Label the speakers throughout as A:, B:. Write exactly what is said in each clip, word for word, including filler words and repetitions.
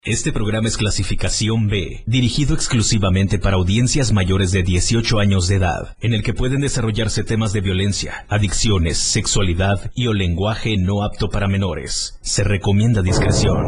A: Este programa es clasificación B, dirigido exclusivamente para audiencias mayores de dieciocho años de edad, en el que pueden desarrollarse temas de violencia, adicciones, sexualidad y o lenguaje no apto para menores. Se recomienda discreción.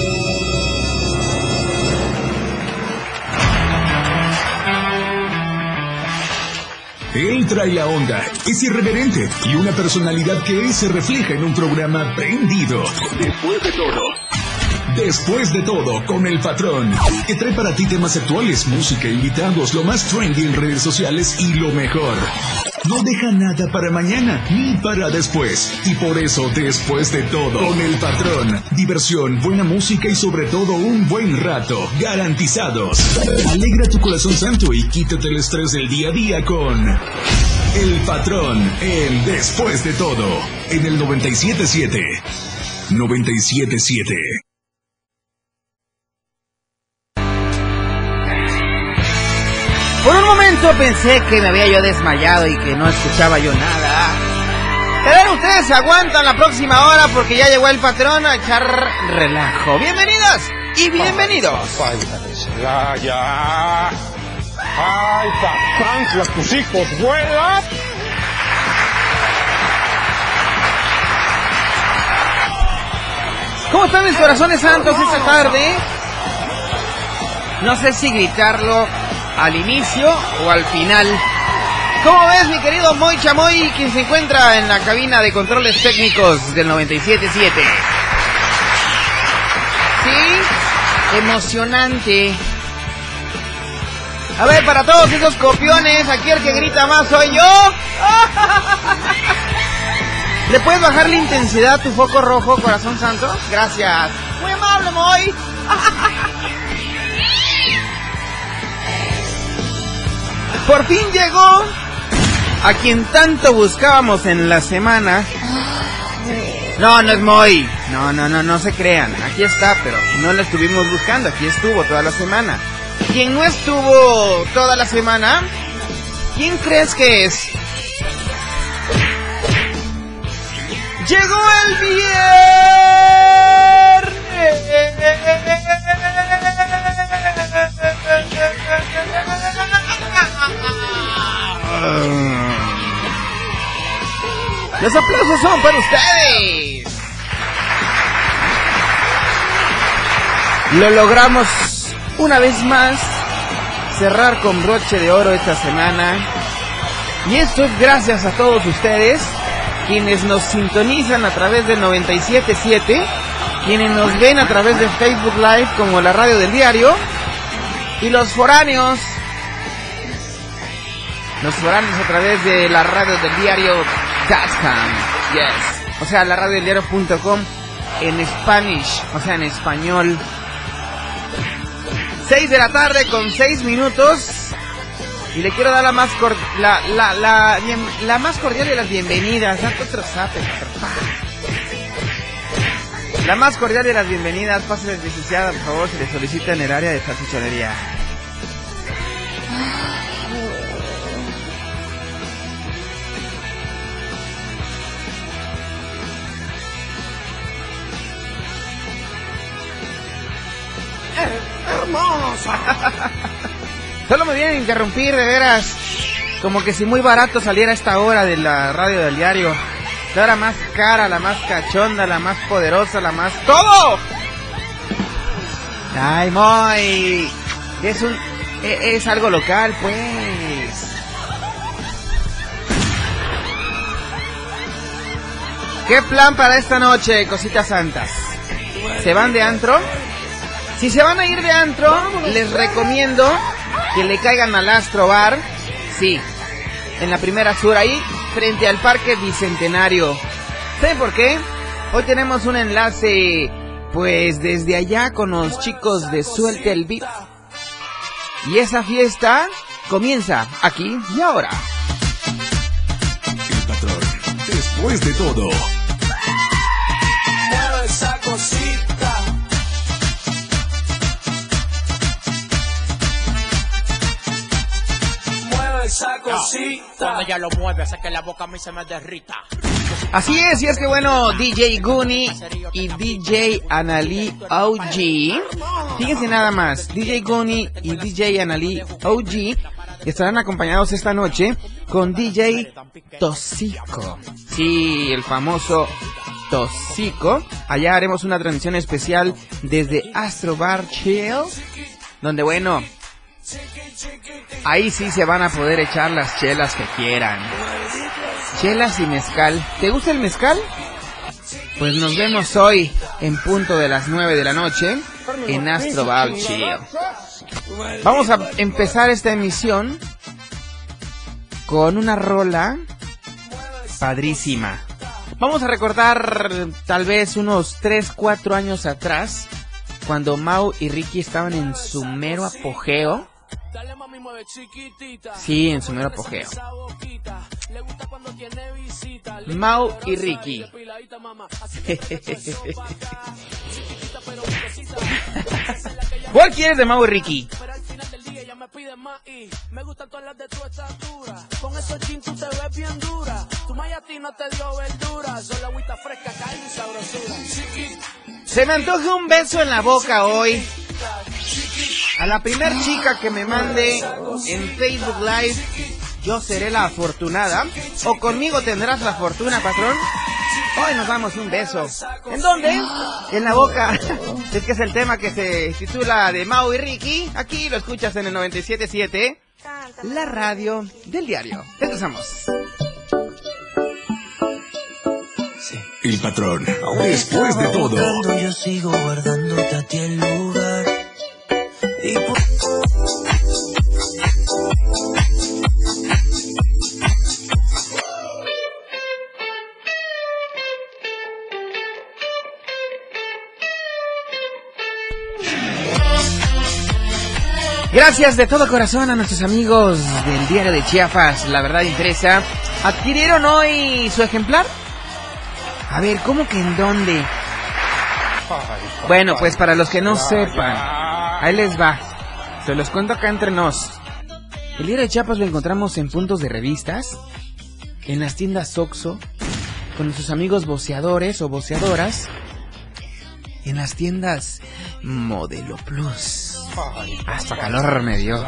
B: Él trae la onda, es irreverente y una personalidad que se refleja en un programa prendido. Después de todo. Después de todo, con el patrón, que trae para ti temas actuales, música, invitados, lo más trendy en redes sociales y lo mejor. No deja nada para mañana, ni para después. Y por eso, después de todo, con el patrón, diversión, buena música y sobre todo un buen rato, garantizados. Alegra tu corazón santo y quítate el estrés del día a día con el patrón, el Después de Todo, en el noventa y siete punto siete. noventa y siete punto siete.
C: Por un momento pensé que me había yo desmayado y que no escuchaba yo nada. Pero ustedes se aguantan la próxima hora porque ya llegó el patrón a echar relajo. Bienvenidas y bienvenidos.
D: Ya, ya. Ay, papanclas, tus hijos vuelan.
C: ¿Cómo están mis corazones santos esta tarde? No sé si gritarlo al inicio o al final. ¿Cómo ves, mi querido Moy Chamoy, quien se encuentra en la cabina de controles técnicos del noventa y siete punto siete? ¿Sí? Emocionante. A ver, para todos esos copiones, aquí el que grita más soy yo. ¿Le puedes bajar la intensidad a tu foco rojo, corazón santo? Gracias. Muy amable, Moy. Por fin llegó a quien tanto buscábamos en la semana. No, no es Moy. No, no, no, no se crean. Aquí está, pero no la estuvimos buscando. Aquí estuvo toda la semana. ¿Quién no estuvo toda la semana? ¿Quién crees que es? ¡Llegó el Los aplausos son para ustedes. Lo logramos una vez más cerrar con broche de oro esta semana. Y esto es gracias a todos ustedes, quienes nos sintonizan a través del noventa y siete punto siete, quienes nos ven a través de Facebook Live como la radio del diario, y los foráneos, los foráneos a través de la radio del diario punto com, yes, o sea, la radio del diario punto com en Spanish, o sea, en español. seis de la tarde con seis minutos. Y le quiero dar la más cor- la, la, la, la más cordial de las bienvenidas. La más cordial de las bienvenidas. Pásenles, licenciada, por favor, se le solicita en el área de salchichonería. ¡Hermosa! Solo me vienen a interrumpir, de veras. Como que si muy barato saliera esta hora de la radio del diario. La hora más cara, la más cachonda, la más poderosa, la más... ¡todo! Ay, Moy. Es un... Es, es algo local, pues. ¿Qué plan para esta noche, cositas santas? ¿Se van de antro? Si se van a ir de antro, les recomiendo que le caigan al Astro Bar, sí, en la primera sur, ahí, frente al Parque Bicentenario. ¿Saben por qué? Hoy tenemos un enlace, pues, desde allá con los chicos de Suelte el Beat. Y esa fiesta comienza aquí y ahora.
B: El patrón, después de todo.
E: Mueve esa cosita. Esa cosita.
F: Cuando ella lo mueve, hace que la boca a mí se me derrita.
C: Así es, y es que bueno, D J Goonie y D J Analí O G, fíjense nada más, D J Goonie y D J Analí O G estarán acompañados esta noche con D J Tosico. Sí, el famoso Tosico. Allá haremos una transmisión especial desde Astro Bar Chill, donde bueno, ahí sí se van a poder echar las chelas que quieran. Chelas y mezcal. ¿Te gusta el mezcal? Pues nos vemos hoy en punto de las nueve de la noche en Astro Bar Chill. Vamos a empezar esta emisión con una rola padrísima. Vamos a recordar tal vez unos tres, cuatro años atrás, cuando Mau y Ricky estaban en su mero apogeo. Sí, en su mero apogeo. Mau y Ricky. ¿Cuál quieres de Mau y Ricky? Me gustan todas las de tu estatura. Con esos jeans tú te ves bien dura. Tu mayatina te dio verdura. Solo agüita fresca, carne y sabrosura. Se me antoja un beso en la boca hoy. A la primer chica que me mande en Facebook Live, yo seré la afortunada. O conmigo tendrás la fortuna, patrón. Hoy nos damos un beso. ¿En dónde? En la boca. Es que es el tema que se titula de Mau y Ricky. Aquí lo escuchas en el noventa y siete punto siete, la radio del diario. Empezamos.
B: Sí. El patrón. Después de todo.
E: Yo sigo guardándote a ti el lugar. Y por...
C: Gracias de todo corazón a nuestros amigos del Diario de Chiapas, La Verdad Impresa. ¿Adquirieron hoy su ejemplar? A ver, ¿cómo que en dónde? Bueno, pues para los que no sepan, ahí les va. Se los cuento acá entre nos. El Diario de Chiapas lo encontramos en puntos de revistas, en las tiendas Oxxo, con nuestros amigos voceadores o voceadoras, en las tiendas Modelo Plus. Hasta calor me dio.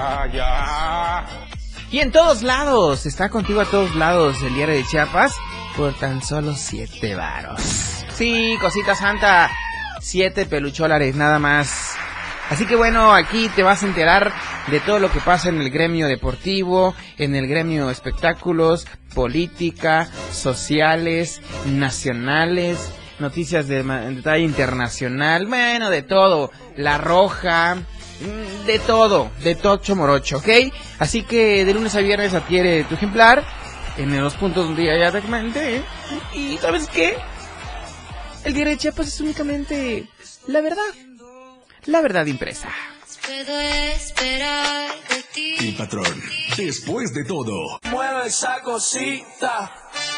C: Y en todos lados, está contigo a todos lados el Diario de Chiapas por tan solo siete varos. Sí, cosita santa, siete pelucholares nada más. Así que bueno, aquí te vas a enterar de todo lo que pasa en el gremio deportivo, en el gremio de espectáculos, política, sociales, nacionales, noticias de, de talla internacional, bueno, de todo, La Roja, de todo, de tocho morocho, ¿ok? Así que de lunes a viernes adquiere tu ejemplar en los puntos donde ya te comenté. Y ¿sabes qué? El Diario de Chiapas es únicamente la verdad, la verdad impresa.
F: Puedo esperar de ti.
B: El patrón, después de todo.
E: Mueve esa cosita.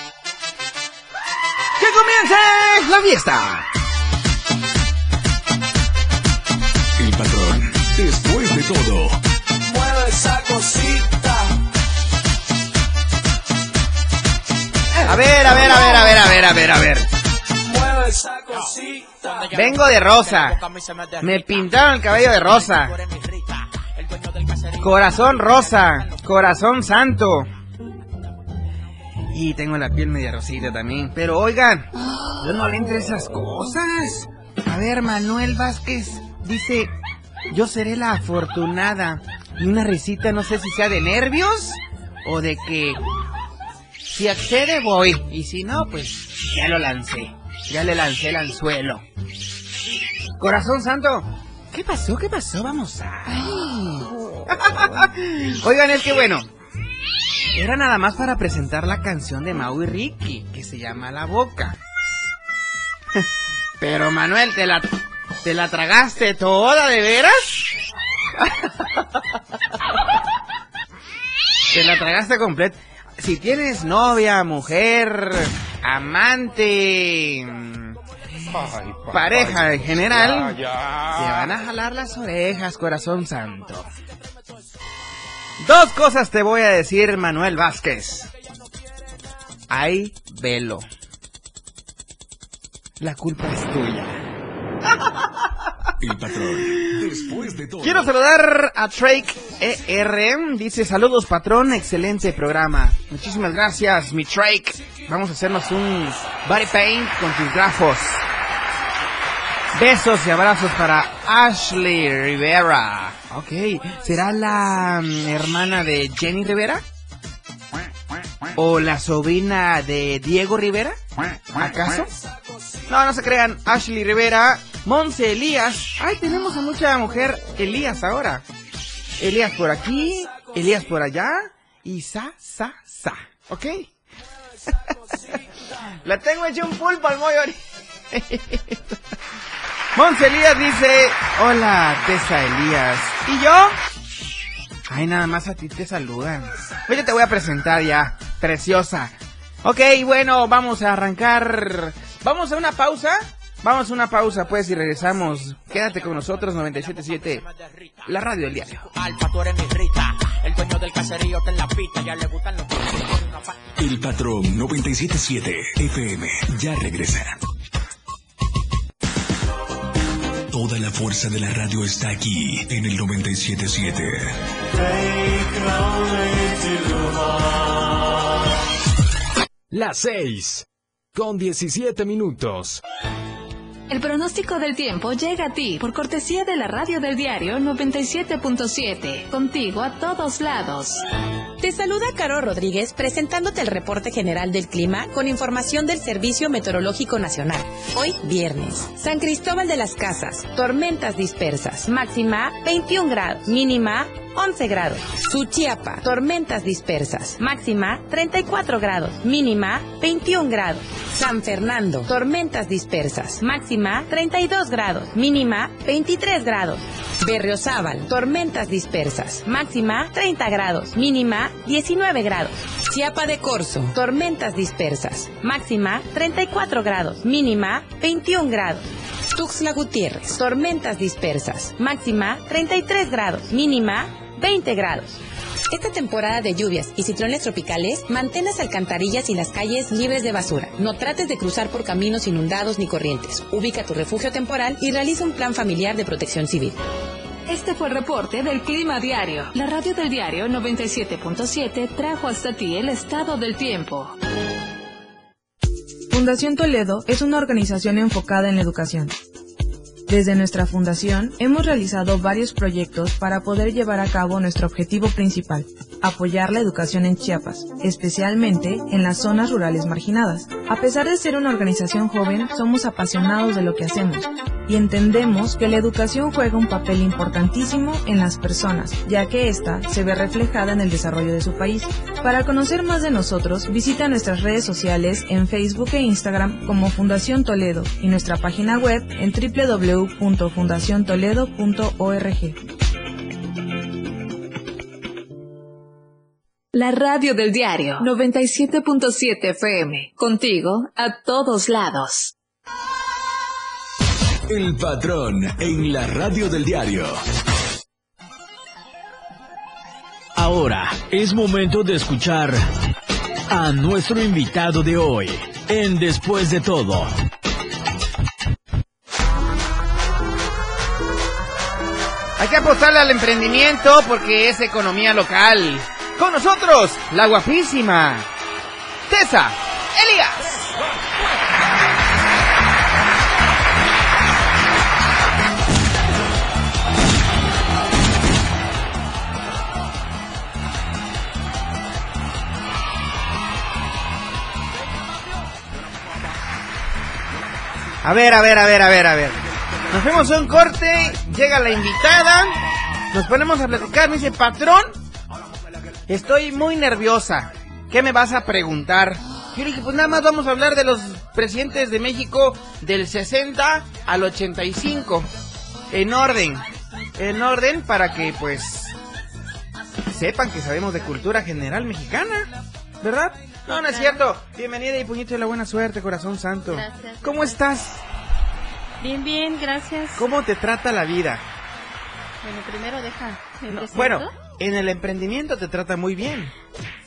C: ¡Que comience la fiesta!
B: El patrón, después de todo.
E: Mueve esa cosita.
C: A ver, a ver, a ver, a ver, a ver, a ver, a ver.
E: Mueve esa cosita.
C: Vengo de rosa. Me pintaron el cabello de rosa. Corazón rosa. Corazón santo. Y tengo la piel media rosita también. Pero oigan, yo no le entro a esas cosas. A ver, Manuel Vázquez dice: yo seré la afortunada. Y una risita, no sé si sea de nervios o de que si accede voy. Y si no, pues ya lo lancé. Ya le lancé el anzuelo. Corazón santo, ¿qué pasó? ¿Qué pasó? Vamos a... Oigan, es que bueno, era nada más para presentar la canción de Mau y Ricky, que se llama La Boca. Pero Manuel, ¿te la, te la tragaste toda, de veras? ¿Te la tragaste completa? Si tienes novia, mujer, amante, ay, pareja en general, ya, ya. Te van a jalar las orejas, corazón santo. Dos cosas te voy a decir, Manuel Vázquez. Hay velo. la culpa es tuya.
B: El patrón, después de todo.
C: Quiero saludar a Trake E R. Dice, saludos patrón, excelente programa. Muchísimas gracias, mi Trake. Vamos a hacernos un body paint con tus grafos. Besos y abrazos para Ashley Rivera. Ok, ¿será la um, hermana de Jenny Rivera? ¿O la sobrina de Diego Rivera? ¿Acaso? No, no se crean. Ashley Rivera, Monse Elías. Ay, tenemos a mucha mujer Elías ahora. Elías por aquí, Elías por allá. Y sa, sa, sa. ¿Ok? La tengo hecha un pulpo al mollo. Monse Elías dice, hola, Tessa Elías. ¿Y yo? Ay, nada más a ti te saludan. Oye, te voy a presentar ya, preciosa. Ok, bueno, vamos a arrancar. Vamos a una pausa. Vamos a una pausa, pues, y regresamos. Quédate con nosotros, noventa y siete punto siete, la radio del diario.
G: Alfa, tú eres mi Rita. El dueño del caserío está en la pista. Ya le gustan los...
B: El patrón noventa y siete punto siete F M ya regresa. Toda la fuerza de la radio está aquí en el noventa y siete punto siete.
H: Las seis, con diecisiete minutos.
I: El pronóstico del tiempo llega a ti por cortesía de la radio del diario noventa y siete punto siete. Contigo a todos lados.
J: Te saluda Caro Rodríguez presentándote el reporte general del clima con información del Servicio Meteorológico Nacional. Hoy, viernes. San Cristóbal de las Casas, tormentas dispersas. Máxima veintiún grados, mínima once grados. Suchiapa, tormentas dispersas. Máxima treinta y cuatro grados, mínima veintiún grados. San Fernando, tormentas dispersas. Máxima treinta y dos grados, mínima veintitrés grados. Berriozábal, tormentas dispersas. Máxima treinta grados, mínima diecinueve grados. Chiapa de Corzo, tormentas dispersas. Máxima treinta y cuatro grados, mínima veintiún grados. Tuxtla Gutiérrez, tormentas dispersas. Máxima treinta y tres grados, mínima veinte grados. Esta temporada de lluvias y ciclones tropicales, mantén las alcantarillas y las calles libres de basura. No trates de cruzar por caminos inundados ni corrientes. Ubica tu refugio temporal y realiza un plan familiar de protección civil.
I: Este fue el reporte del Clima Diario. La radio del diario noventa y siete punto siete trajo hasta ti el estado del tiempo.
K: Fundación Toledo es una organización enfocada en la educación. Desde nuestra fundación hemos realizado varios proyectos para poder llevar a cabo nuestro objetivo principal, apoyar la educación en Chiapas, especialmente en las zonas rurales marginadas. A pesar de ser una organización joven, somos apasionados de lo que hacemos y entendemos que la educación juega un papel importantísimo en las personas, ya que ésta se ve reflejada en el desarrollo de su país. Para conocer más de nosotros, visita nuestras redes sociales en Facebook e Instagram como Fundación Toledo y nuestra página web en doble u doble u doble u punto fundación toledo punto org.
I: La radio del diario noventa y siete punto siete F M. Contigo a todos lados.
B: El patrón en la radio del diario.
A: Ahora es momento de escuchar a nuestro invitado de hoy en Después de Todo.
C: Hay que apostarle al emprendimiento porque es economía local. Con nosotros, la guapísima Tessa Elías. A ver, a ver, a ver, a ver, a ver. Nos vemos a un corte, llega la invitada, nos ponemos a platicar, me dice, patrón, estoy muy nerviosa, ¿qué me vas a preguntar? Yo dije, pues nada más vamos a hablar de los presidentes de México del sesenta al ochenta y cinco, en orden, en orden para que pues sepan que sabemos de cultura general mexicana, ¿verdad? No, no es cierto. Bienvenida y puñito de la buena suerte, corazón santo.
L: Gracias.
C: ¿Cómo estás?
L: Bien, bien, gracias.
C: ¿Cómo te trata la vida?
L: Bueno, primero deja. ¿me
C: No,
L: presento?
C: bueno, en el emprendimiento te trata muy bien.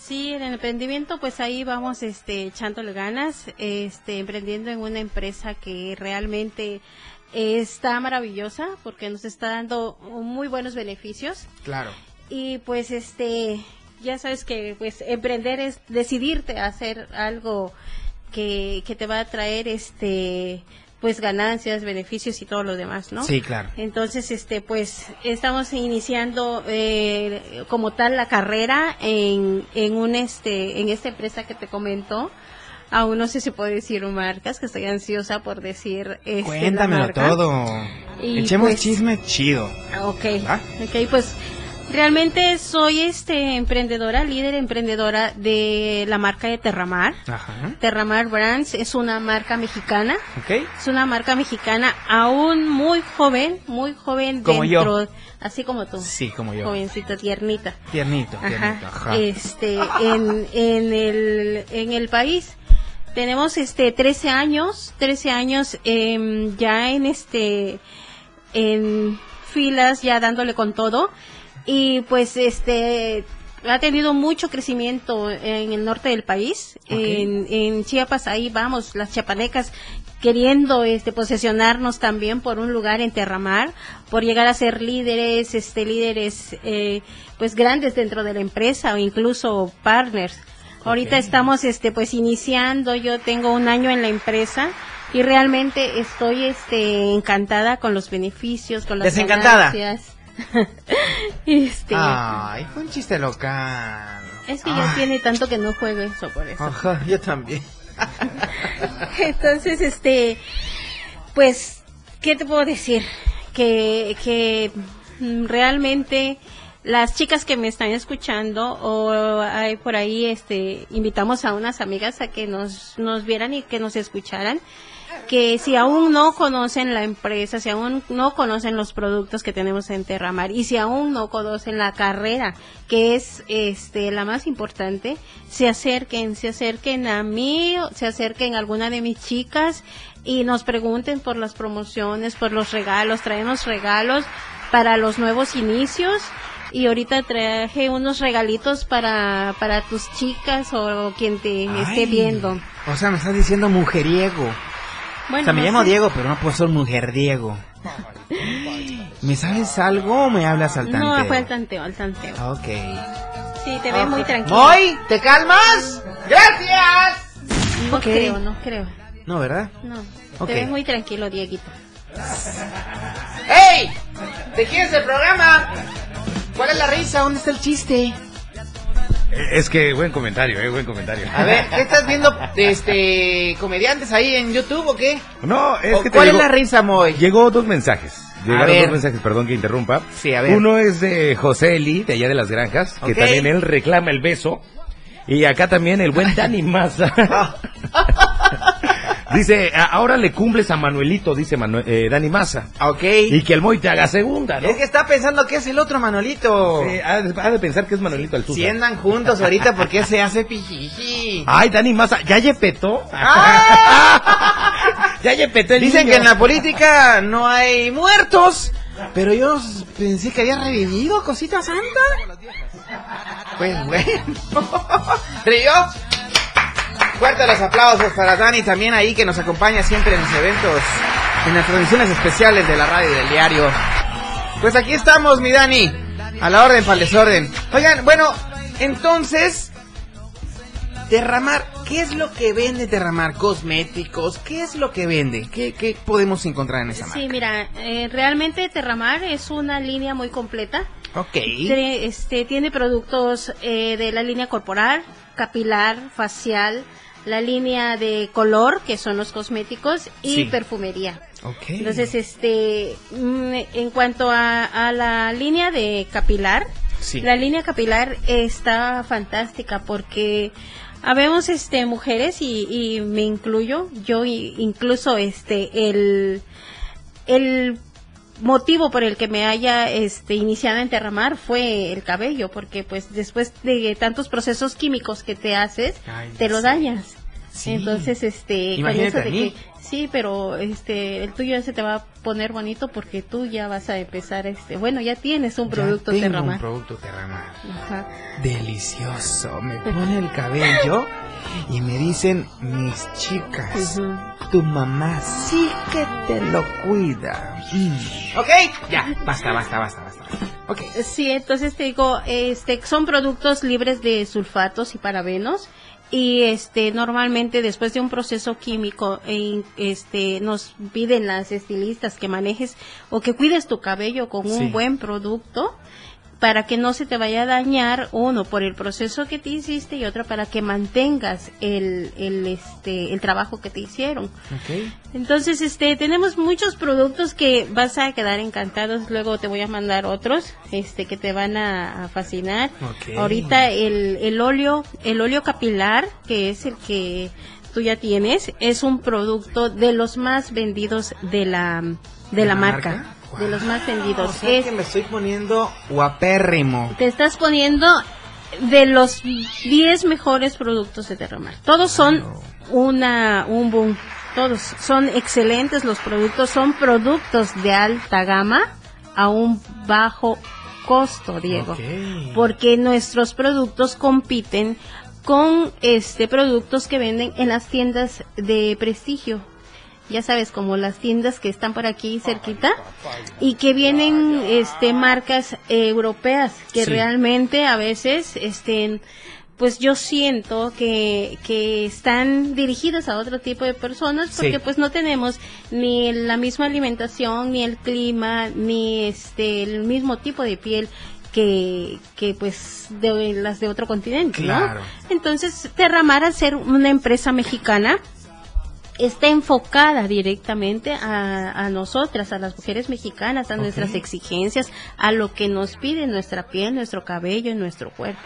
L: Sí, en el emprendimiento, pues ahí vamos este, echándole ganas, este, emprendiendo en una empresa que realmente está maravillosa porque nos está dando muy buenos beneficios.
C: Claro.
L: Y pues este, ya sabes que pues emprender es decidirte a hacer algo que, que te va a traer este pues ganancias, beneficios y todo lo demás, ¿no?
C: Sí, claro.
L: Entonces, este, pues, estamos iniciando eh, como tal la carrera en, en un este, en esta empresa que te comento. Aún no sé si puedo decir marcas, que estoy ansiosa por decir este,
C: Cuéntamelo
L: la marca.
C: todo.
L: Y
C: Echemos
L: pues,
C: chisme chido.
L: Ok,
C: ¿Ah?
L: ok, pues realmente soy este emprendedora, líder emprendedora de la marca de Terramar.
C: Ajá.
L: Terramar Brands es una marca mexicana.
C: Ok.
L: Es una marca mexicana aún muy joven, muy joven
C: Como
L: dentro,
C: yo.
L: así como tú.
C: Sí, como yo.
L: Jovencita, tiernita.
C: Tiernito,
L: Ajá.
C: tiernito. Ajá.
L: Este, en, en el, en el país tenemos este trece años, trece años eh, ya en este, en filas, ya dándole con todo. Y pues este ha tenido mucho crecimiento en el norte del país. Okay. En, en Chiapas ahí vamos, las chiapanecas queriendo este posesionarnos también por un lugar en Terramar, por llegar a ser líderes, este líderes eh, pues grandes dentro de la empresa o incluso partners. Okay. Ahorita estamos este pues iniciando, yo tengo un año en la empresa y realmente estoy este encantada con los beneficios, con las
C: Desencantada.
L: ganancias. este,
C: Ay, fue un chiste local.
L: Es que Ay. ya tiene tanto que no juego eso, por eso.
C: Ajá, yo también.
L: Entonces, este, pues, ¿qué te puedo decir? Que, que realmente las chicas que me están escuchando o hay por ahí, este, invitamos a unas amigas a que nos, nos vieran y que nos escucharan. Que si aún no conocen la empresa, si aún no conocen los productos que tenemos en Terramar y si aún no conocen la carrera, que es este la más importante, se acerquen, se acerquen a mí, se acerquen a alguna de mis chicas y nos pregunten por las promociones, por los regalos, traemos regalos para los nuevos inicios. Y ahorita traje unos regalitos para, para tus chicas o quien te Ay, esté viendo.
C: O sea, me estás diciendo mujeriego.
L: Bueno,
C: o sea, me
L: no
C: llamo
L: sé.
C: Diego, pero no puedo ser mujer Diego. ¿Me sabes algo o me hablas al tanteo?
L: No, fue al tanteo, al tanteo.
C: Ok.
L: Sí, te ves muy tranquilo.
C: ¿Moy? ¿Te calmas? ¡Gracias!
L: No
C: okay.
L: creo, no creo.
C: No, ¿verdad?
L: No,
C: okay.
L: Te ves muy tranquilo, Dieguito.
C: ¡Ey! ¿De quién es el programa? ¿Cuál es la risa? ¿Dónde está el chiste?
M: Es que buen comentario, eh, buen comentario.
C: A ver, ¿qué estás viendo este comediantes ahí en YouTube o qué?
M: No, es que te
C: ¿Cuál
M: llegó,
C: es la risa, Moy?
M: Llegó dos mensajes. Llegaron
C: a ver.
M: dos mensajes, perdón que interrumpa.
C: Sí, a ver.
M: Uno es de José Eli, de allá de las Granjas, que
C: okay.
M: también él reclama el beso. Y acá también el buen Dani Maza. Dice, ahora le cumples a Manuelito, dice Manu eh, Dani Maza.
C: Ok.
M: Y que el Moy te haga segunda, ¿no?
C: Es que está pensando que es el otro Manuelito.
M: Eh, ha, de, ha de pensar que es Manuelito Altuza.
C: Si andan juntos ahorita, ¿por qué se hace pijiji?
M: Ay, Dani Maza, ¿ya yepetó?
C: ¡Ah!
M: Ya yepetó el
C: Dicen
M: niño.
C: que en la política no hay muertos, pero yo pensé que había revivido, cosita santa. Pues bueno. Pero yo... Fuerte los aplausos para Dani también ahí que nos acompaña siempre en los eventos, en las transmisiones especiales de la radio y del diario. Pues aquí estamos, mi Dani, a la orden para el desorden. Oigan, bueno, entonces, Terramar, ¿qué es lo que vende Terramar? ¿Cosméticos? ¿Qué es lo que vende? ¿Qué, qué podemos encontrar en esa marca?
L: Sí, mira, eh, realmente Terramar es una línea muy completa.
C: Ok.
L: Este, tiene productos eh, de la línea corporal, capilar, facial, la línea de color, que son los cosméticos, y
C: sí.
L: perfumería.
C: Okay.
L: Entonces, este, en cuanto a, a la línea de capilar,
C: sí.
L: la línea capilar está fantástica porque habemos este mujeres y, y me incluyo, yo incluso este el el motivo por el que me haya este iniciado en Terramar fue el cabello, porque pues después de tantos procesos químicos que te haces, Ay, te lo dañas.
C: Sí.
L: Entonces, este,
C: Imagínate
L: con eso de
C: a mí.
L: que sí, pero este, el tuyo se te va a poner bonito porque tú ya vas a empezar, este, bueno, ya tienes un producto
C: ya tengo
L: Terramar.
C: un producto Terramar.
L: Ajá.
C: Delicioso. Me pone el cabello y me dicen mis chicas, uh-huh. tu mamá sí que te lo cuida. Mm. Ok, ya, basta, basta, basta, basta. Okay.
L: Sí, entonces te digo, este, son productos libres de sulfatos y parabenos. Y este normalmente después de un proceso químico eh, este nos piden las estilistas que manejes o que cuides tu cabello con un sí. buen producto para que no se te vaya a dañar, uno por el proceso que te hiciste y otra para que mantengas el el este el trabajo que te hicieron.
C: Okay.
L: Entonces, este tenemos muchos productos que vas a quedar encantados, luego te voy a mandar otros este que te van a, a fascinar.
C: Okay.
L: Ahorita el el óleo, el óleo capilar, que es el que tú ya tienes, es un producto de los más vendidos de la de la, la marca. marca. De los más vendidos.
C: O sea
L: es,
C: que me estoy poniendo guapérrimo.
L: Te estás poniendo de los diez mejores productos de Terramar. Todos son wow. una un boom. Todos son excelentes los productos. Son productos de alta gama a un bajo costo, Diego.
C: Okay.
L: Porque nuestros productos compiten con este productos que venden en las tiendas de prestigio. Ya sabes, como las tiendas que están por aquí cerquita y que vienen este marcas eh, europeas que sí. realmente a veces este pues yo siento que que están dirigidas a otro tipo de personas porque sí. pues no tenemos ni la misma alimentación, ni el clima, ni este el mismo tipo de piel que que pues de las de otro continente,
C: claro.
L: ¿no? Entonces, Terramar, al ser una empresa mexicana, está enfocada directamente a, a nosotras, a las mujeres mexicanas, a okay. nuestras exigencias, a lo que nos pide nuestra piel, nuestro cabello y nuestro cuerpo.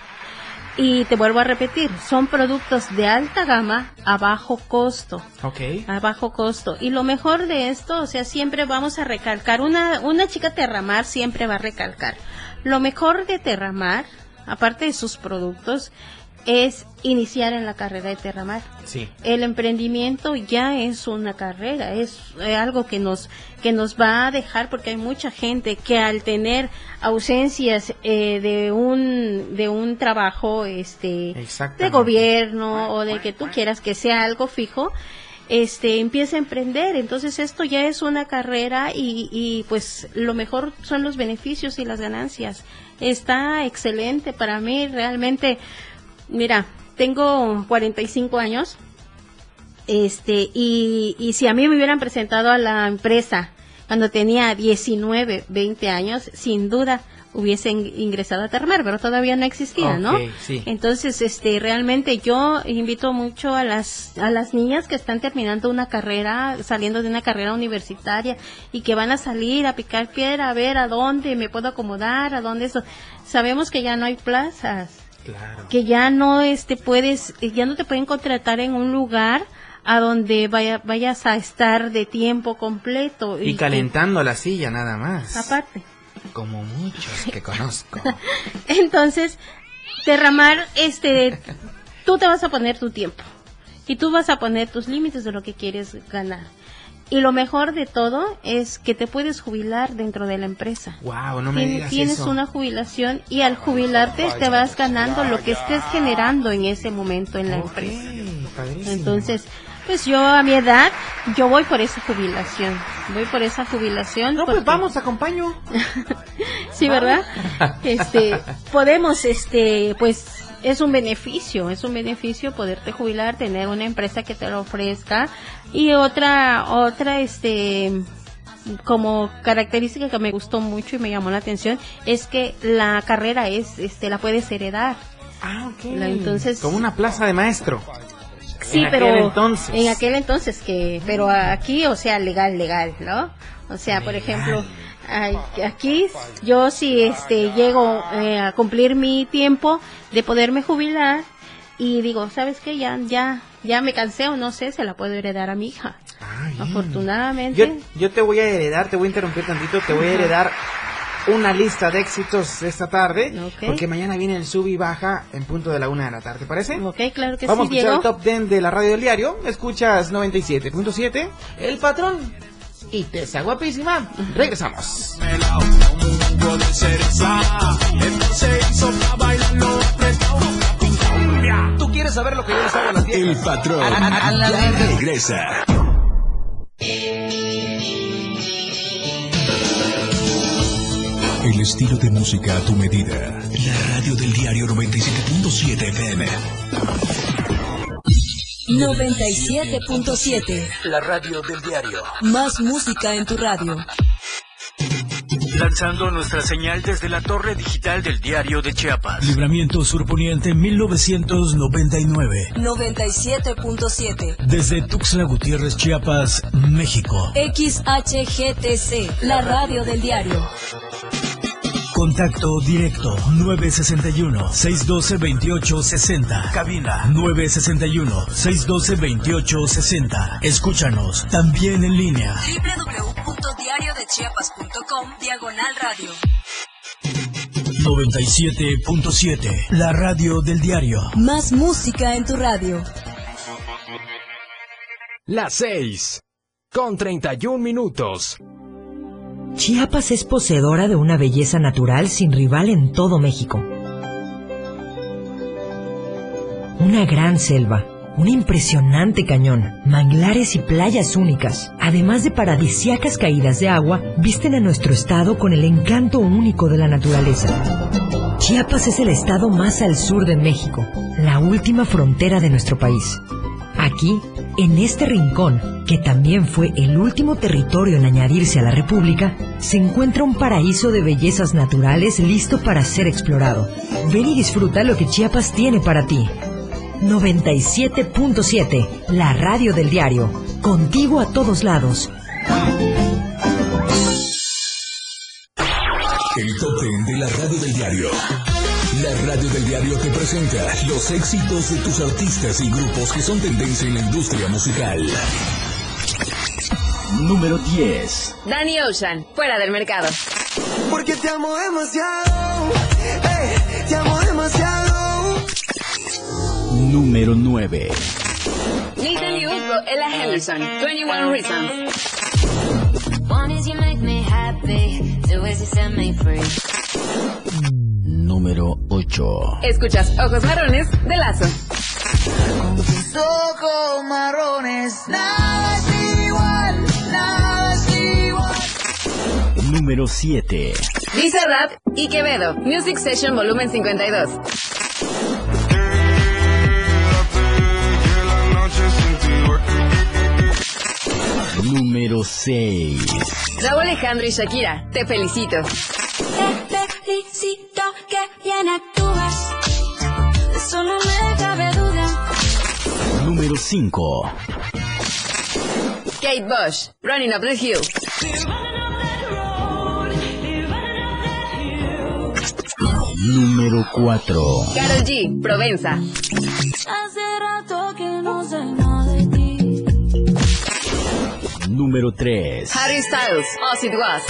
L: Y te vuelvo a repetir, son productos de alta gama a bajo costo.
C: Okay.
L: A bajo costo. Y lo mejor de esto, o sea, siempre vamos a recalcar, una, una chica Terramar siempre va a recalcar. Lo mejor de Terramar, aparte de sus productos, es iniciar en la carrera de Terramar.
C: Sí.
L: El emprendimiento ya es una carrera, es eh, algo que nos que nos va a dejar, porque hay mucha gente que al tener ausencias eh, de un de un trabajo este de gobierno o de que tú quieras que sea algo fijo, este empieza a emprender. Entonces esto ya es una carrera y, y pues lo mejor son los beneficios y las ganancias. Está excelente para mí, realmente. Mira, tengo cuarenta y cinco años, este, y, y si a mí me hubieran presentado a la empresa cuando tenía diecinueve, veinte años, sin duda hubiese ingresado a Terramar, pero todavía no existía,
C: okay,
L: ¿no?
C: Sí.
L: Entonces, este, realmente yo invito mucho a las, a las niñas que están terminando una carrera, saliendo de una carrera universitaria y que van a salir a picar piedra, a ver a dónde me puedo acomodar, a dónde eso. Sabemos que ya no hay plazas.
C: Claro.
L: Que ya no este puedes, ya no te pueden contratar en un lugar a donde vaya, vayas a estar de tiempo completo.
C: Y, y calentando que, la silla nada más.
L: Aparte.
C: Como muchos que conozco.
L: Entonces, Terramar, este, tú te vas a poner tu tiempo. Y tú vas a poner tus límites de lo que quieres ganar. Y lo mejor de todo es que te puedes jubilar dentro de la empresa.
C: Wow, no me
L: Tien,
C: digas
L: Tienes
C: eso.
L: una jubilación y al jubilarte te vas ganando lo que estés generando en ese momento en la
C: okay,
L: empresa.
C: Padrísimo.
L: Entonces, pues yo a mi edad, yo voy por esa jubilación. Voy por esa jubilación.
C: No,
L: porque...
C: pues vamos, acompaño.
L: Sí, ¿verdad? Este, podemos, este, pues... Es un beneficio, es un beneficio poderte jubilar, tener una empresa que te lo ofrezca. Y otra, otra, este, como característica que me gustó mucho y me llamó la atención, es que la carrera es, este, la puedes heredar.
C: Ah, ok.
L: La, entonces,
C: como una plaza de maestro.
L: Sí,
C: en
L: pero
C: aquel entonces.
L: en aquel entonces que, pero aquí, o sea, legal, legal, ¿no? O sea, legal. Por ejemplo, aquí yo si este llego eh, a cumplir mi tiempo de poderme jubilar y digo, ¿sabes qué? Ya ya ya me cansé o no sé, se la puedo heredar a mi hija.
C: Ay,
L: afortunadamente.
C: Yo, yo te voy a heredar, te voy a interrumpir tantito, te voy a heredar una lista de éxitos esta tarde,
L: Okay.
C: porque mañana viene el sub y baja en punto de la una de la tarde, ¿te parece?
L: Ok, claro que
C: Vamos
L: sí,
C: a escuchar
L: Diego.
C: el top diez de la radio del diario. Escuchas noventa y siete punto siete, El Patrón y Tessa Guapísima. Regresamos. ¿Tú quieres saber lo que yo les hago a las diez?
B: El Patrón ya regresa. El estilo de música a tu medida. La radio del diario noventa y siete punto siete F M.
N: noventa y siete punto siete.
B: La radio del diario.
N: Más música en tu radio.
O: Lanzando nuestra señal desde la torre digital del diario de Chiapas.
P: Libramiento Surponiente mil novecientos noventa y nueve.
N: noventa y siete punto siete.
P: Desde Tuxtla Gutiérrez, Chiapas, México.
N: X H G T C, la radio del diario.
P: Contacto directo nueve sesenta y uno, seiscientos doce, veintiocho sesenta. Cabina nueve sesenta y uno, seiscientos doce, veintiocho sesenta. Escúchanos también en línea.
N: doble u doble u doble u punto diario de chiapas punto com diagonal radio.
P: noventa y siete punto siete. La radio del diario.
N: Más música en tu radio.
H: Las seis con treinta y un minutos.
Q: Chiapas es poseedora de una belleza natural sin rival en todo México. Una gran selva, un impresionante cañón, manglares y playas únicas, además de paradisíacas caídas de agua, visten a nuestro estado con el encanto único de la naturaleza. Chiapas es el estado más al sur de México, la última frontera de nuestro país. Aquí, en este rincón, que también fue el último territorio en añadirse a la República, se encuentra un paraíso de bellezas naturales listo para ser explorado. Ven y disfruta lo que Chiapas tiene para ti. noventa y siete punto siete, la radio del diario, contigo a todos lados.
B: El top diez de la radio del diario. La radio del diario te presenta los éxitos de tus artistas y grupos que son tendencia en la industria musical.
A: Número diez.
J: Danny Ocean, fuera del mercado.
E: Porque te amo demasiado, hey, te amo demasiado.
A: Número nueve.
J: Nathan Liuco, Ella Henderson, veintiuno Reasons.
F: One is you make me happy, two is you set me free.
A: Número ocho.
J: Escuchas Ojos Marrones de Lazo.
E: Con tus ojos marrones, nada es igual, nada es igual.
A: Número siete.
J: Bizarrap y Quevedo, Music Session Volumen cincuenta y dos.
A: Número seis.
J: Raúl Alejandro y Shakira, Te Felicito.
F: Te felicito que bien actúas, de eso no me cabe duda.
A: Número cinco.
J: Kate Bush, Running Up the Hill.
A: Número cuatro.
J: Karol G, Provenza.
F: Hace rato que no sé nada de ti.
A: Número tres.
J: Harry Styles, As It Was.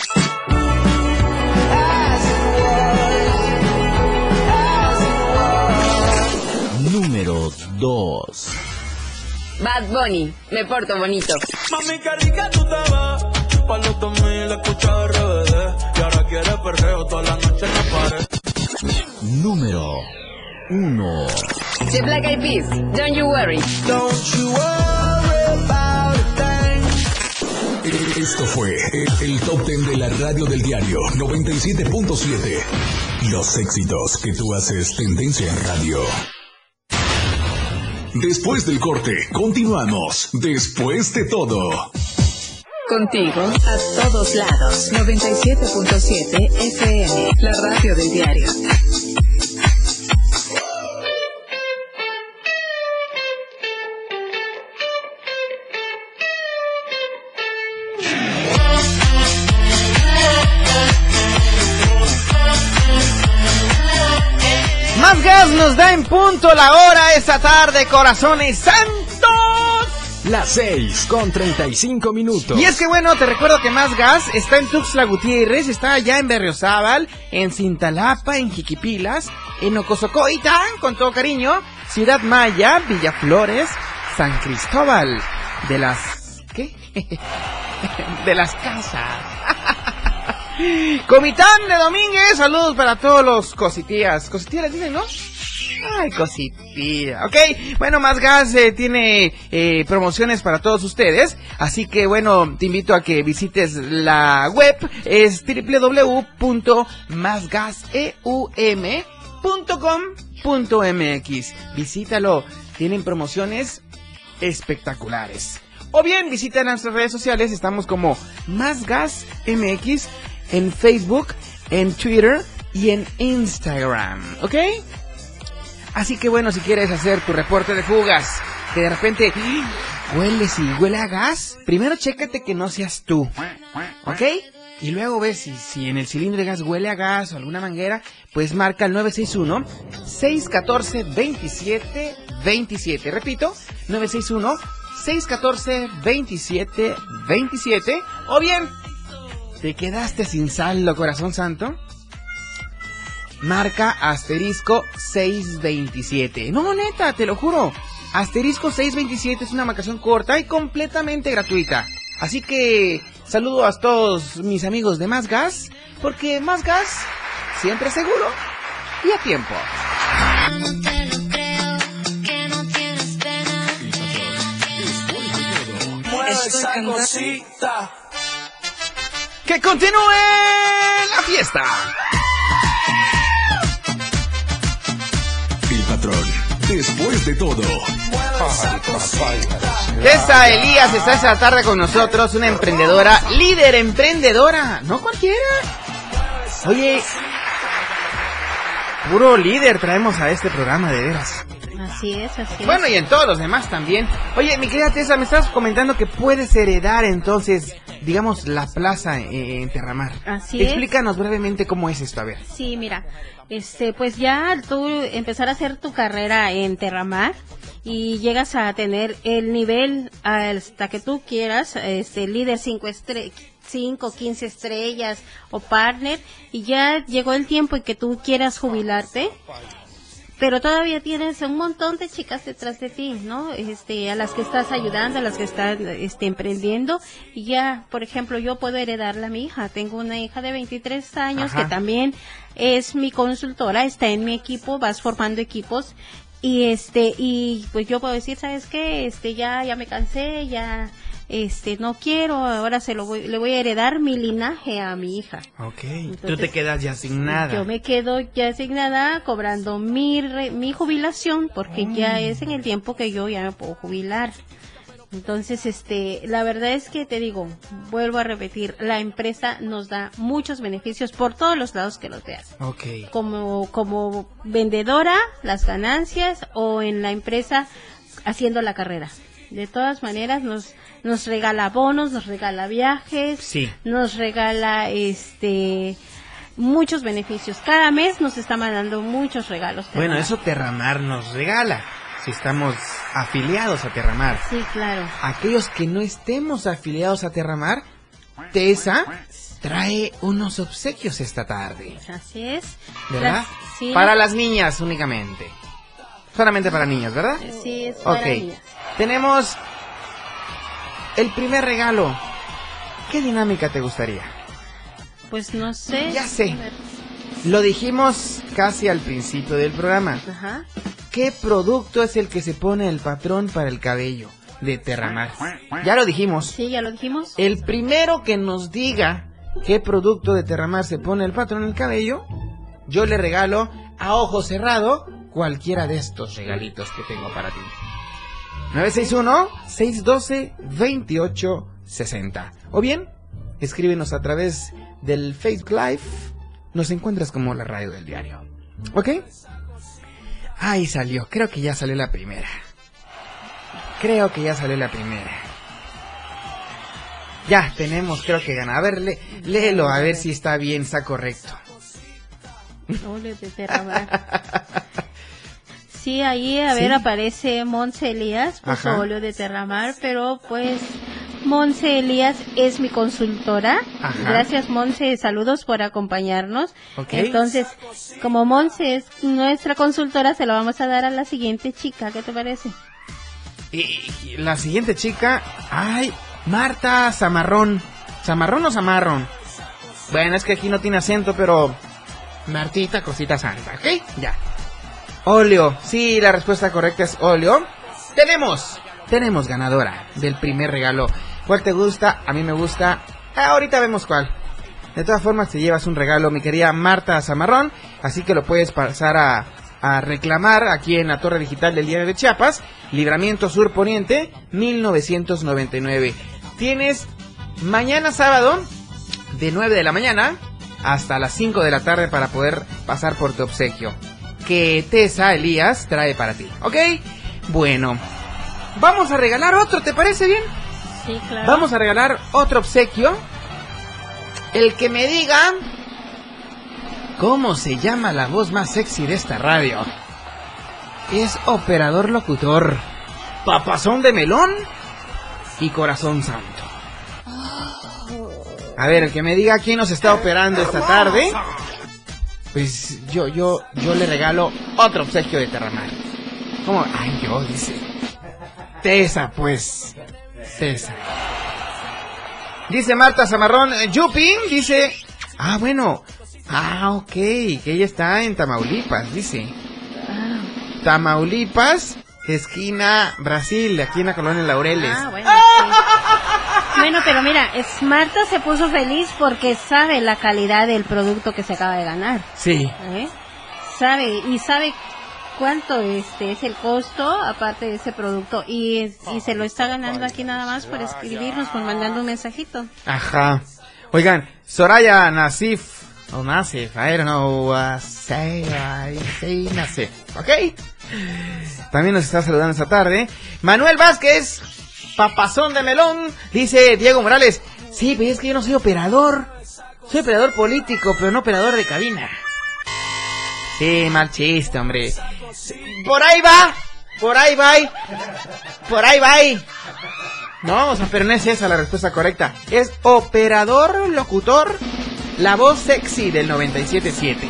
A: Número dos.
J: Bad Bunny, Me Porto Bonito.
E: Mami, qué rica tú te ves. Pa' los dos mil escucha R B D. Y ahora quiere perreo toda la noche en la pared.
A: Número uno.
J: The Black Eyed Peas, Don't You Worry.
E: Don't you worry about a thing.
B: Esto fue el, el top diez de la radio del diario noventa y siete punto siete. Los éxitos que tú haces tendencia en radio. Después del corte, continuamos. Después de todo.
I: Contigo a todos lados. noventa y siete punto siete F M, la radio del diario.
C: Más gas nos da en punto la hora esta tarde, corazones santos.
H: Las seis con treinta y cinco minutos.
C: Y es que bueno, te recuerdo que Más Gas está en Tuxtla Gutiérrez, está allá en Berriozábal, en Cintalapa, en Jiquipilas, en Ocosocoitán, con todo cariño, Ciudad Maya, Villaflores, San Cristóbal de las... ¿qué? de las Casas. Comitán de Domínguez, saludos para todos los cositías. Cositías les dicen, ¿no? Ay, cositilla. Ok, bueno, Más Gas eh, tiene eh, promociones para todos ustedes. Así que, bueno, te invito a que visites la web. Es doble u doble u doble u punto más gas eum punto com punto m x. Visítalo. Tienen promociones espectaculares. O bien, visita nuestras redes sociales. Estamos como Más Gas M X en Facebook, en Twitter y en Instagram. ¿Ok? Así que bueno, si quieres hacer tu reporte de fugas, que de repente huele, si huele a gas, primero chécate que no seas tú, ¿ok? Y luego ves si, si en el cilindro de gas huele a gas o alguna manguera, pues marca el nueve seis uno, seis uno cuatro, dos siete dos siete. Repito, nueve seis uno, seis uno cuatro, dos siete dos siete. O bien, ¿te quedaste sin saldo, corazón santo? Marca asterisco seiscientos veintisiete. No, neta, te lo juro. Asterisco seiscientos veintisiete es una marcación corta y completamente gratuita. Así que saludo a todos mis amigos de Más Gas, porque Más Gas siempre seguro y a tiempo.
E: Esa cosita.
C: ¡Que continúe la fiesta!
B: El patrón, después de todo.
C: Tessa Elías está esta tarde con nosotros, una emprendedora, líder emprendedora, no cualquiera. Oye, puro líder traemos a este programa, de veras.
L: Así es, así es.
C: Bueno, y en todos los demás también. Oye, mi querida Tessa, me estabas comentando que puedes heredar entonces, digamos, la plaza en Terramar.
L: Así es.
C: Explícanos brevemente cómo es esto, a ver.
L: Sí, mira, este, pues ya al tú empezar a hacer tu carrera en Terramar y llegas a tener el nivel hasta que tú quieras, este, líder cinco estrellas, cinco, quince estrellas o partner, y ya llegó el tiempo en que tú quieras jubilarte, pero todavía tienes un montón de chicas detrás de ti, ¿no? Este, a las que estás ayudando, a las que estás este, emprendiendo, y ya, por ejemplo, yo puedo heredarle a mi hija. Tengo una hija de veintitrés años. Ajá. Que también es mi consultora, está en mi equipo, vas formando equipos, y este, y pues yo puedo decir, ¿sabes qué? Este, ya, ya me cansé, ya, este, no quiero, ahora se lo voy, le voy a heredar mi linaje a mi hija.
C: Ok, entonces, tú te quedas ya sin nada.
L: Yo me quedo ya sin nada, cobrando mi, re, mi jubilación, porque mm. ya es en el tiempo que yo ya me puedo jubilar. Entonces, este, la verdad es que te digo, vuelvo a repetir, la empresa nos da muchos beneficios por todos los lados que los veas.
C: Okay.
L: Como, como vendedora, las ganancias, o en la empresa haciendo la carrera. De todas maneras, nos, nos regala bonos, nos regala viajes,
C: sí.
L: nos regala, este, muchos beneficios. Cada mes nos está mandando muchos regalos.
C: Terramar. Bueno, eso Terramar nos regala. Si estamos afiliados a Terramar.
L: Sí, claro.
C: Aquellos que no estemos afiliados a Terramar, Tessa trae unos obsequios esta tarde.
L: Así es.
C: ¿Verdad?
L: Las, sí,
C: para
L: las...
C: las niñas únicamente. Solamente para niñas, ¿verdad?
L: Sí, es para
C: okay.
L: niñas.
C: Tenemos el primer regalo. ¿Qué dinámica te gustaría?
L: Pues no sé.
C: Ya sé. Lo dijimos casi al principio del programa.
L: Ajá.
C: ¿Qué producto es el que se pone el patrón para el cabello de Terramar? Ya lo dijimos.
L: Sí, ya lo dijimos.
C: El primero que nos diga qué producto de Terramar se pone el patrón en el cabello, yo le regalo a ojo cerrado cualquiera de estos regalitos que tengo para ti. nueve seis uno, seis uno dos, dos ocho seis cero. O bien, escríbenos a través del Facebook Live. Nos encuentras como la radio del diario. ¿Ok? Ahí salió, creo que ya salió la primera. Creo que ya salió la primera. Ya, tenemos, creo que gana. A ver, lé, léelo, a ver si está bien, está correcto.
L: Ole de Terramar. Sí, ahí, a ver, ¿sí? Aparece Monse Elías, puso
C: Ajá.
L: óleo de Terramar, pero pues Monse Elías es mi consultora.
C: Ajá.
L: Gracias, Monse, saludos por acompañarnos.
C: Okay.
L: Entonces, como Monse es nuestra consultora, se lo vamos a dar a la siguiente chica, ¿qué te parece?
C: Y, y la siguiente chica, ay, Marta Zamarrón. ¿Zamarrón o Zamarrón? Bueno, es que aquí no tiene acento, pero Martita, cosita santa, ¿ok? Ya. Óleo, sí, la respuesta correcta es óleo. Tenemos, tenemos ganadora del primer regalo. ¿Cuál te gusta? A mí me gusta. Ah, ahorita vemos cuál. De todas formas, te llevas un regalo, mi querida Marta Zamarrón, así que lo puedes pasar a, a reclamar aquí en la Torre Digital del Diario de Chiapas, Libramiento Sur Poniente, mil novecientos noventa y nueve. Tienes mañana sábado, de nueve de la mañana hasta las cinco de la tarde para poder pasar por tu obsequio que Tessa Elías trae para ti, ¿ok? Bueno, vamos a regalar otro, ¿te parece bien?
L: Sí, claro.
C: Vamos a regalar otro obsequio. El que me diga cómo se llama la voz más sexy de esta radio es operador locutor, papazón de melón y corazón santo. A ver, el que me diga quién nos está operando esta tarde, pues yo, yo, yo le regalo otro obsequio de Terramar. ¿Cómo? Ay, yo, dice. Tessa, pues. Tessa. Dice Marta Zamarrón, Yupi, dice. Ah, bueno. Ah, ok, que ella está en Tamaulipas, dice. Tamaulipas, esquina Brasil, aquí en la colonia Laureles.
L: Ah, bueno, sí. Bueno, pero mira, es, Marta se puso feliz porque sabe la calidad del producto que se acaba de ganar.
C: Sí.
L: ¿Eh? Sabe, y sabe cuánto este es el costo, aparte de ese producto, y, y se lo está ganando aquí nada más por escribirnos, por mandando un mensajito.
C: Ajá. Oigan, Soraya Nasif, o Nasif, I don't know, uh, say, I say Nasif, ¿ok? También nos está saludando esta tarde. Manuel Vázquez, papazón de melón, dice Diego Morales. Sí, pero es que yo no soy operador. Soy operador político, pero no operador de cabina. Sí, mal chiste, hombre. Por ahí va, por ahí va, por ahí va. No, o sea, pero no es esa la respuesta correcta. Es operador locutor, la voz sexy del noventa y siete punto siete.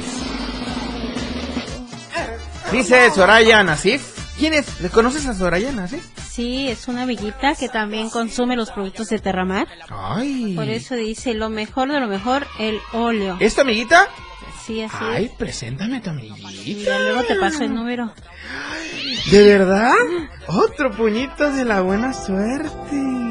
C: Dice Soraya Nasif. ¿Quién es? ¿Conoces a Soraya Nasif?
L: Sí, es una amiguita que también consume los productos de Terramar.
C: Ay.
L: Por eso dice, lo mejor de lo mejor, el óleo.
C: ¿Es tu amiguita?
L: Sí, así
C: Ay,
L: es.
C: preséntame a tu amiguita.
L: Y luego te paso el número.
C: ¿De verdad? Otro puñito de la buena suerte.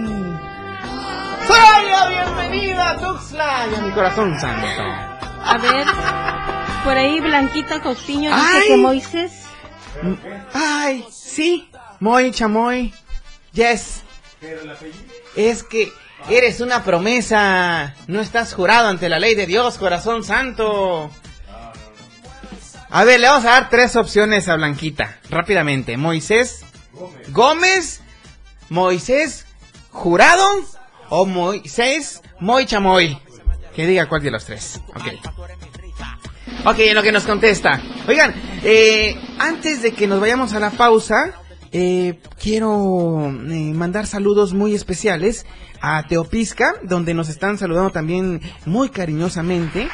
C: ¡Soraya, bienvenida a Tuxtla! Y a mi corazón santo.
L: A ver, por ahí Blanquita Costiño dice
C: Ay.
L: que Moisés...
C: Ay, sí, Moy Chamoy. Yes. Es que eres una promesa. No estás jurado ante la ley de Dios, corazón santo. A ver, le vamos a dar tres opciones a Blanquita. Rápidamente. Moisés Gómez, Gómez Moisés Jurado o Moisés Moy Chamoy. Que diga cuál de los tres. Ok. Ok, en lo que nos contesta. Oigan, eh, antes de que nos vayamos a la pausa, eh, quiero eh, mandar saludos muy especiales a Teopisca, donde nos están saludando también muy cariñosamente.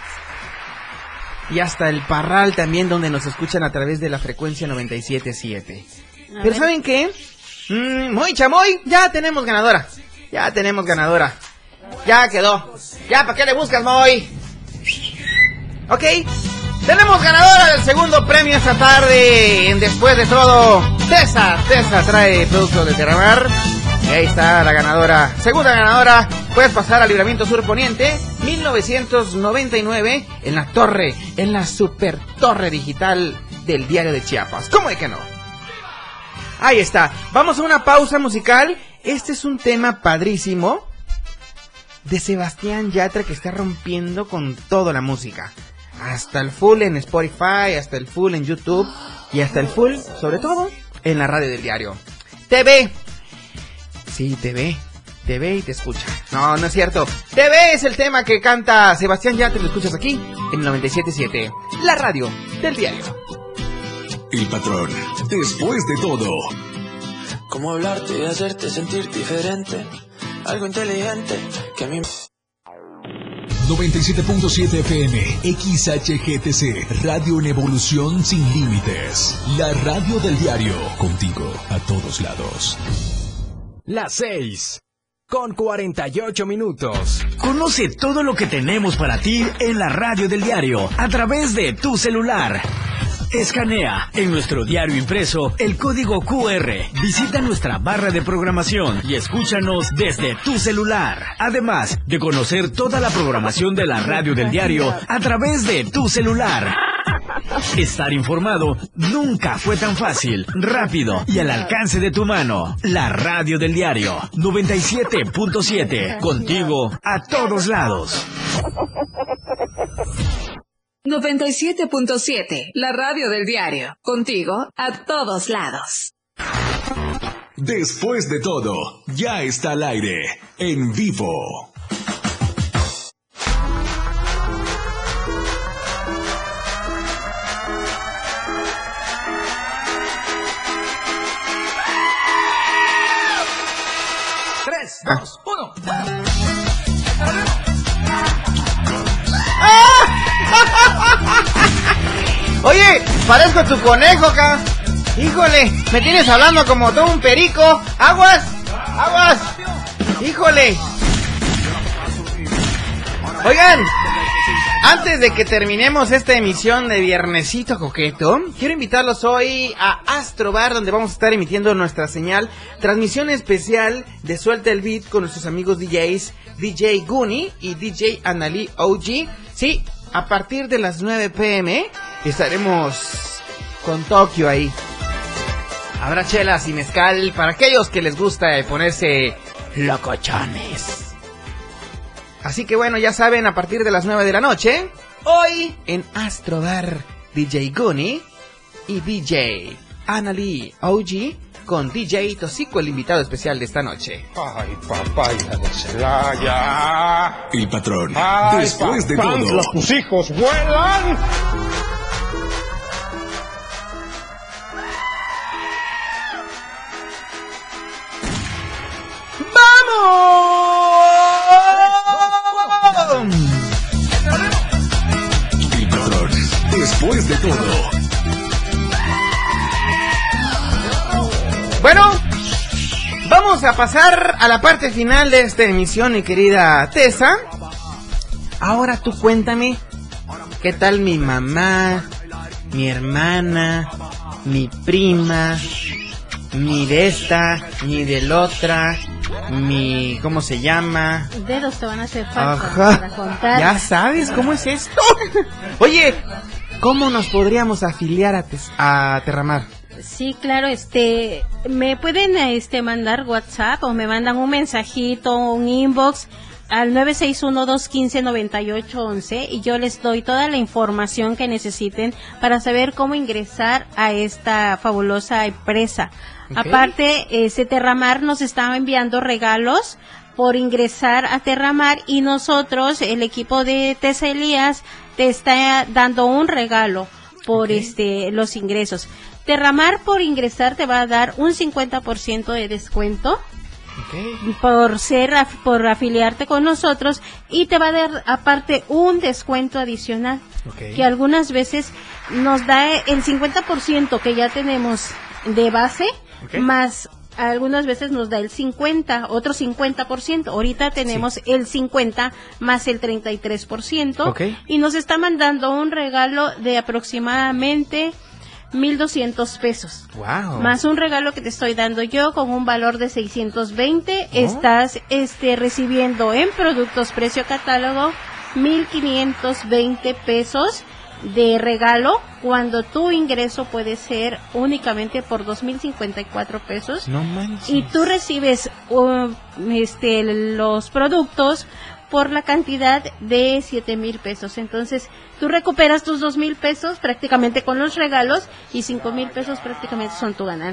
C: Y hasta el Parral también, donde nos escuchan a través de la frecuencia noventa y siete punto siete. Pero ver. ¿Saben qué? Mm, Moy Chamoy, ya tenemos ganadora. Ya tenemos ganadora. Ya quedó. Ya, ¿para qué le buscas, Moy? Ok, tenemos ganadora del segundo premio esta tarde en Después de Todo. Tessa, Tessa trae productos de Terramar. Y ahí está la ganadora, segunda ganadora. Puedes pasar al Libramiento Sur Poniente, mil novecientos noventa y nueve, en la torre, en la super torre digital del Diario de Chiapas. ¿Cómo de que no? Ahí está, vamos a una pausa musical. Este es un tema padrísimo de Sebastián Yatra, que está rompiendo con toda la música. Hasta el full en Spotify, hasta el full en YouTube y hasta el full, sobre todo, en la radio del diario. T V. Sí, T V. Te ve y te escucha. No, no es cierto. T V es el tema que canta Sebastián Yatra. Lo escuchas aquí en noventa y siete punto siete. La radio del diario.
B: El patrón, después de todo.
E: Cómo hablarte y hacerte sentir diferente. Algo inteligente que a mí...
B: noventa y siete punto siete F M, X H G T C, Radio en Evolución Sin Límites. La radio del diario, contigo a todos lados.
H: Las seis, con cuarenta y ocho minutos.
P: Conoce todo lo que tenemos para ti en la radio del diario, a través de tu celular. Escanea en nuestro diario impreso el código Q R. Visita nuestra barra de programación y escúchanos desde tu celular. Además de conocer toda la programación de la radio del diario a través de tu celular. Estar informado nunca fue tan fácil, rápido y al alcance de tu mano. La radio del diario noventa y siete punto siete. Contigo a todos lados.
I: noventa y siete punto siete, la radio del diario. Contigo a todos lados.
B: Después de todo, ya está al aire, en vivo.
C: Tres, dos, uno. Oye, parezco tu conejo acá. Híjole, me tienes hablando como todo un perico. Aguas, aguas. Híjole. Oigan, antes de que terminemos esta emisión de Viernesito Coqueto, quiero invitarlos hoy a Astrobar, donde vamos a estar emitiendo nuestra señal, transmisión especial de Suelta el Beat con nuestros amigos D Js, D J Goonie y D J Annalie O G. Sí, a partir de las nueve pm estaremos con Tokio ahí. Habrá chelas y mezcal para aquellos que les gusta ponerse locochones. Así que bueno, ya saben, a partir de las nueve de la noche, hoy en Astrobar, D J Goonie y D J Annalie O G con D J Tosico, el invitado especial de esta noche.
D: Ay, papaya de Celaya.
B: El patrón,
D: Ay,
B: después de
D: papá,
B: todo.
D: tus hijos vuelan.
B: ¡Vamos! El patrón, después de todo.
C: Bueno, vamos a pasar a la parte final de esta emisión, mi querida Tessa. Ahora tú cuéntame, ¿qué tal mi mamá, mi hermana, mi prima, mi de esta, mi del otra, mi... ¿cómo se llama?
L: Dedos te van a hacer falta.
C: Ajá,
L: para contar.
C: ya sabes cómo es esto. Oye, ¿cómo nos podríamos afiliar a, Tes- a Terramar?
L: Sí, claro, este, me pueden este mandar WhatsApp o me mandan un mensajito, un inbox al nueve seis uno, dos uno cinco, nueve ocho uno uno y yo les doy toda la información que necesiten para saber cómo ingresar a esta fabulosa empresa.
C: Okay.
L: Aparte, este Terramar nos está enviando regalos por ingresar a Terramar y nosotros, el equipo de Tessa Elías, te está dando un regalo por okay. este los ingresos. Terramar por ingresar te va a dar un cincuenta por ciento de descuento okay. por ser af- por afiliarte con nosotros y te va a dar aparte un descuento adicional okay. que algunas veces nos da el cincuenta por ciento que ya tenemos de base okay. más algunas veces nos da el cincuenta, otro cincuenta por ciento. Ahorita tenemos sí. el cincuenta más el treinta y tres por ciento okay. y nos está mandando un regalo de aproximadamente mil doscientos pesos.
C: Wow.
L: Más un regalo que te estoy dando yo con un valor de seiscientos veinte. Oh. Estás este recibiendo en productos precio catálogo mil quinientos veinte pesos de regalo cuando tu ingreso puede ser únicamente por dos mil cincuenta y cuatro pesos.
C: No manches.
L: Y tú recibes uh, este los productos por la cantidad de siete mil pesos. Entonces, tú recuperas tus dos mil pesos prácticamente con los regalos y cinco mil pesos prácticamente son tu ganancia.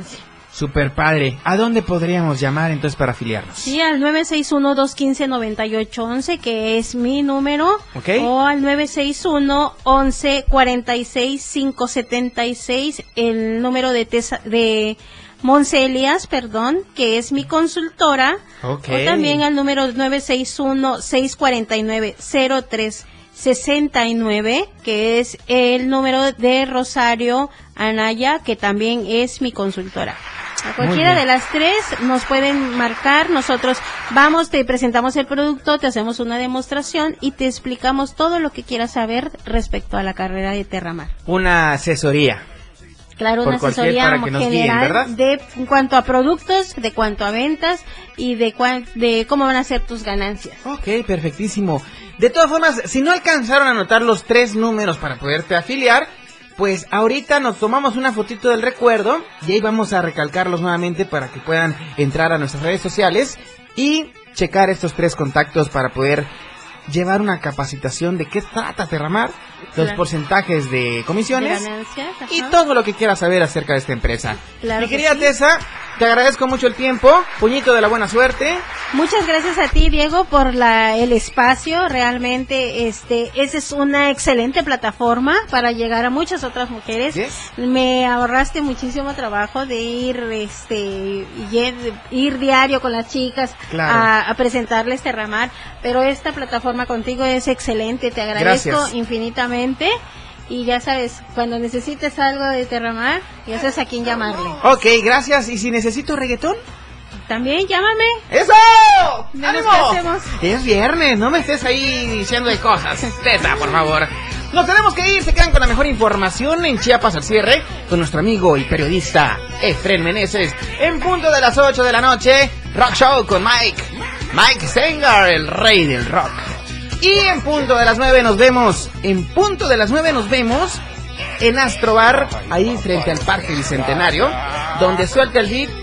C: Super padre. ¿A dónde podríamos llamar entonces para afiliarnos?
L: Sí, al nueve seis uno, dos uno cinco, nueve ocho uno uno, que es mi número.
C: Okay.
L: O al nueve seis uno, once, cuarenta y seis, cinco setenta y seis, el número de Tesa, de Monse Elías, perdón, que es mi consultora.
C: Okay.
L: O también al número nueve seis uno, seis cuatro nueve, cero tres sesenta y nueve, que es el número de Rosario Anaya, que también es mi consultora. A cualquiera de las tres nos pueden marcar, nosotros vamos, te presentamos el producto, te hacemos una demostración y te explicamos todo lo que quieras saber respecto a la carrera de Terramar.
C: Una asesoría.
L: Claro,
C: Por
L: una asesoría
C: para que nos
L: general
C: guíen, ¿verdad?
L: de en cuanto a productos, de cuanto a ventas y de cuan, de cómo van a ser tus ganancias.
C: Ok, perfectísimo. De todas formas, si no alcanzaron a anotar los tres números para poderte afiliar, pues ahorita nos tomamos una fotito del recuerdo y ahí vamos a recalcarlos nuevamente para que puedan entrar a nuestras redes sociales y checar estos tres contactos para poder llevar una capacitación de qué trata Terramar, los
L: Claro.
C: porcentajes de comisiones
L: De ganancias, ajá.
C: y todo lo que quieras saber acerca de esta empresa.
L: Claro
C: Mi
L: que
C: querida
L: sí.
C: Tessa, te agradezco mucho el tiempo, puñito de la buena suerte.
L: Muchas gracias a ti, Diego, por la el espacio. Realmente, este, esa es una excelente plataforma para llegar a muchas otras mujeres.
C: Yes.
L: Me ahorraste muchísimo trabajo de ir, este, ir, ir diario con las chicas
C: Claro.
L: a, a presentarles Terramar. Pero esta plataforma contigo es excelente. Te agradezco
C: Gracias.
L: infinitamente. Y ya sabes, cuando necesites algo de Terramar, ya sabes a quién llamarle.
C: Ok, gracias. ¿Y si necesito reggaetón?
L: También llámame.
C: ¡Eso!
L: Vemos
C: ¡Ánimo!
L: qué hacemos.
C: Es viernes, no me estés ahí diciendo de cosas. Tessa, por favor. Nos tenemos que ir, se quedan con la mejor información en Chiapas al cierre, con nuestro amigo y periodista Efren Meneses. En punto de las ocho de la noche, Rock Show con Mike. Mike Sengar, el rey del rock. Y en punto de las nueve nos vemos, en punto de las nueve nos vemos en Astrobar, ahí frente al Parque Bicentenario, donde suelta el beat,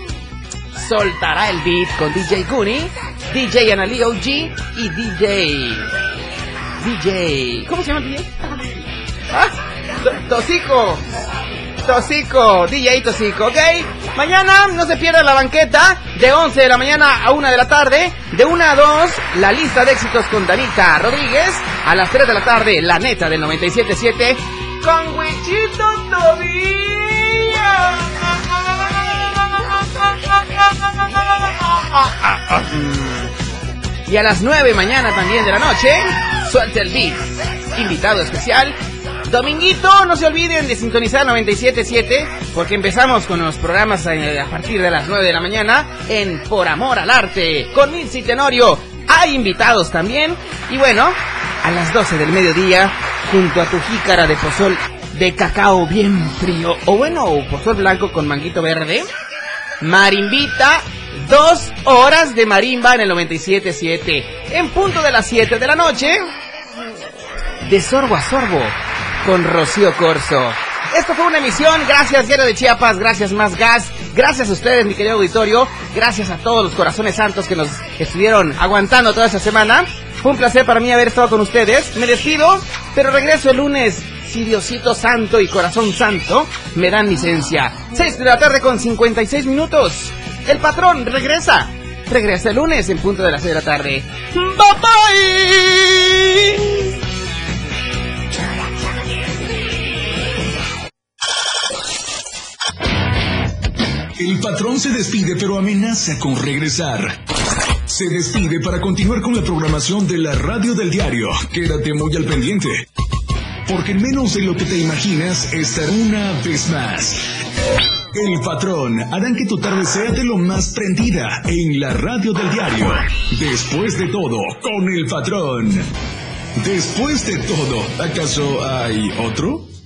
C: soltará el beat con D J Goonie, D J Analí O G y D J... D J... ¿Cómo se llama el D J? ¿Ah? To- Tosico. Tosico, D J Tosico, ¿ok? Mañana no se pierda la banqueta de once de la mañana a una de la tarde, de una a dos, la lista de éxitos con Danita Rodríguez, a las tres de la tarde, la neta del noventa y siete punto siete, con Wichito Tobilla. Y a las nueve mañana también de la noche, suelta el beat, invitado especial, Dominguito. No se olviden de sintonizar noventa y siete punto siete, porque empezamos con los programas a, a partir de las nueve de la mañana en Por Amor al Arte, con Mitzi Tenorio. Hay invitados también. Y bueno, a las doce del mediodía, junto a tu jícara de pozol de cacao bien frío, o bueno, pozol blanco con manguito verde, marimbita, dos horas de marimba en el noventa y siete punto siete. En punto de las siete de la noche, de sorbo a sorbo, con Rocío Corso. Esto fue una emisión, gracias Diario de Chiapas, gracias Más Gas, gracias a ustedes, mi querido auditorio, gracias a todos los corazones santos que nos estuvieron aguantando toda esta semana. Fue un placer para mí haber estado con ustedes. Me despido, pero regreso el lunes, si Diosito Santo y Corazón Santo me dan licencia. seis de la tarde con cincuenta y seis minutos. El patrón regresa, regresa el lunes en punto de las seis de la tarde. Bye bye.
B: El patrón se despide, pero amenaza con regresar. Se despide para continuar con la programación de la radio del diario. Quédate muy al pendiente, porque en menos de lo que te imaginas estará una vez más el patrón. Harán que tu tarde sea de lo más prendida en la radio del diario. Después de todo, con el patrón. Después de todo, ¿acaso hay otro?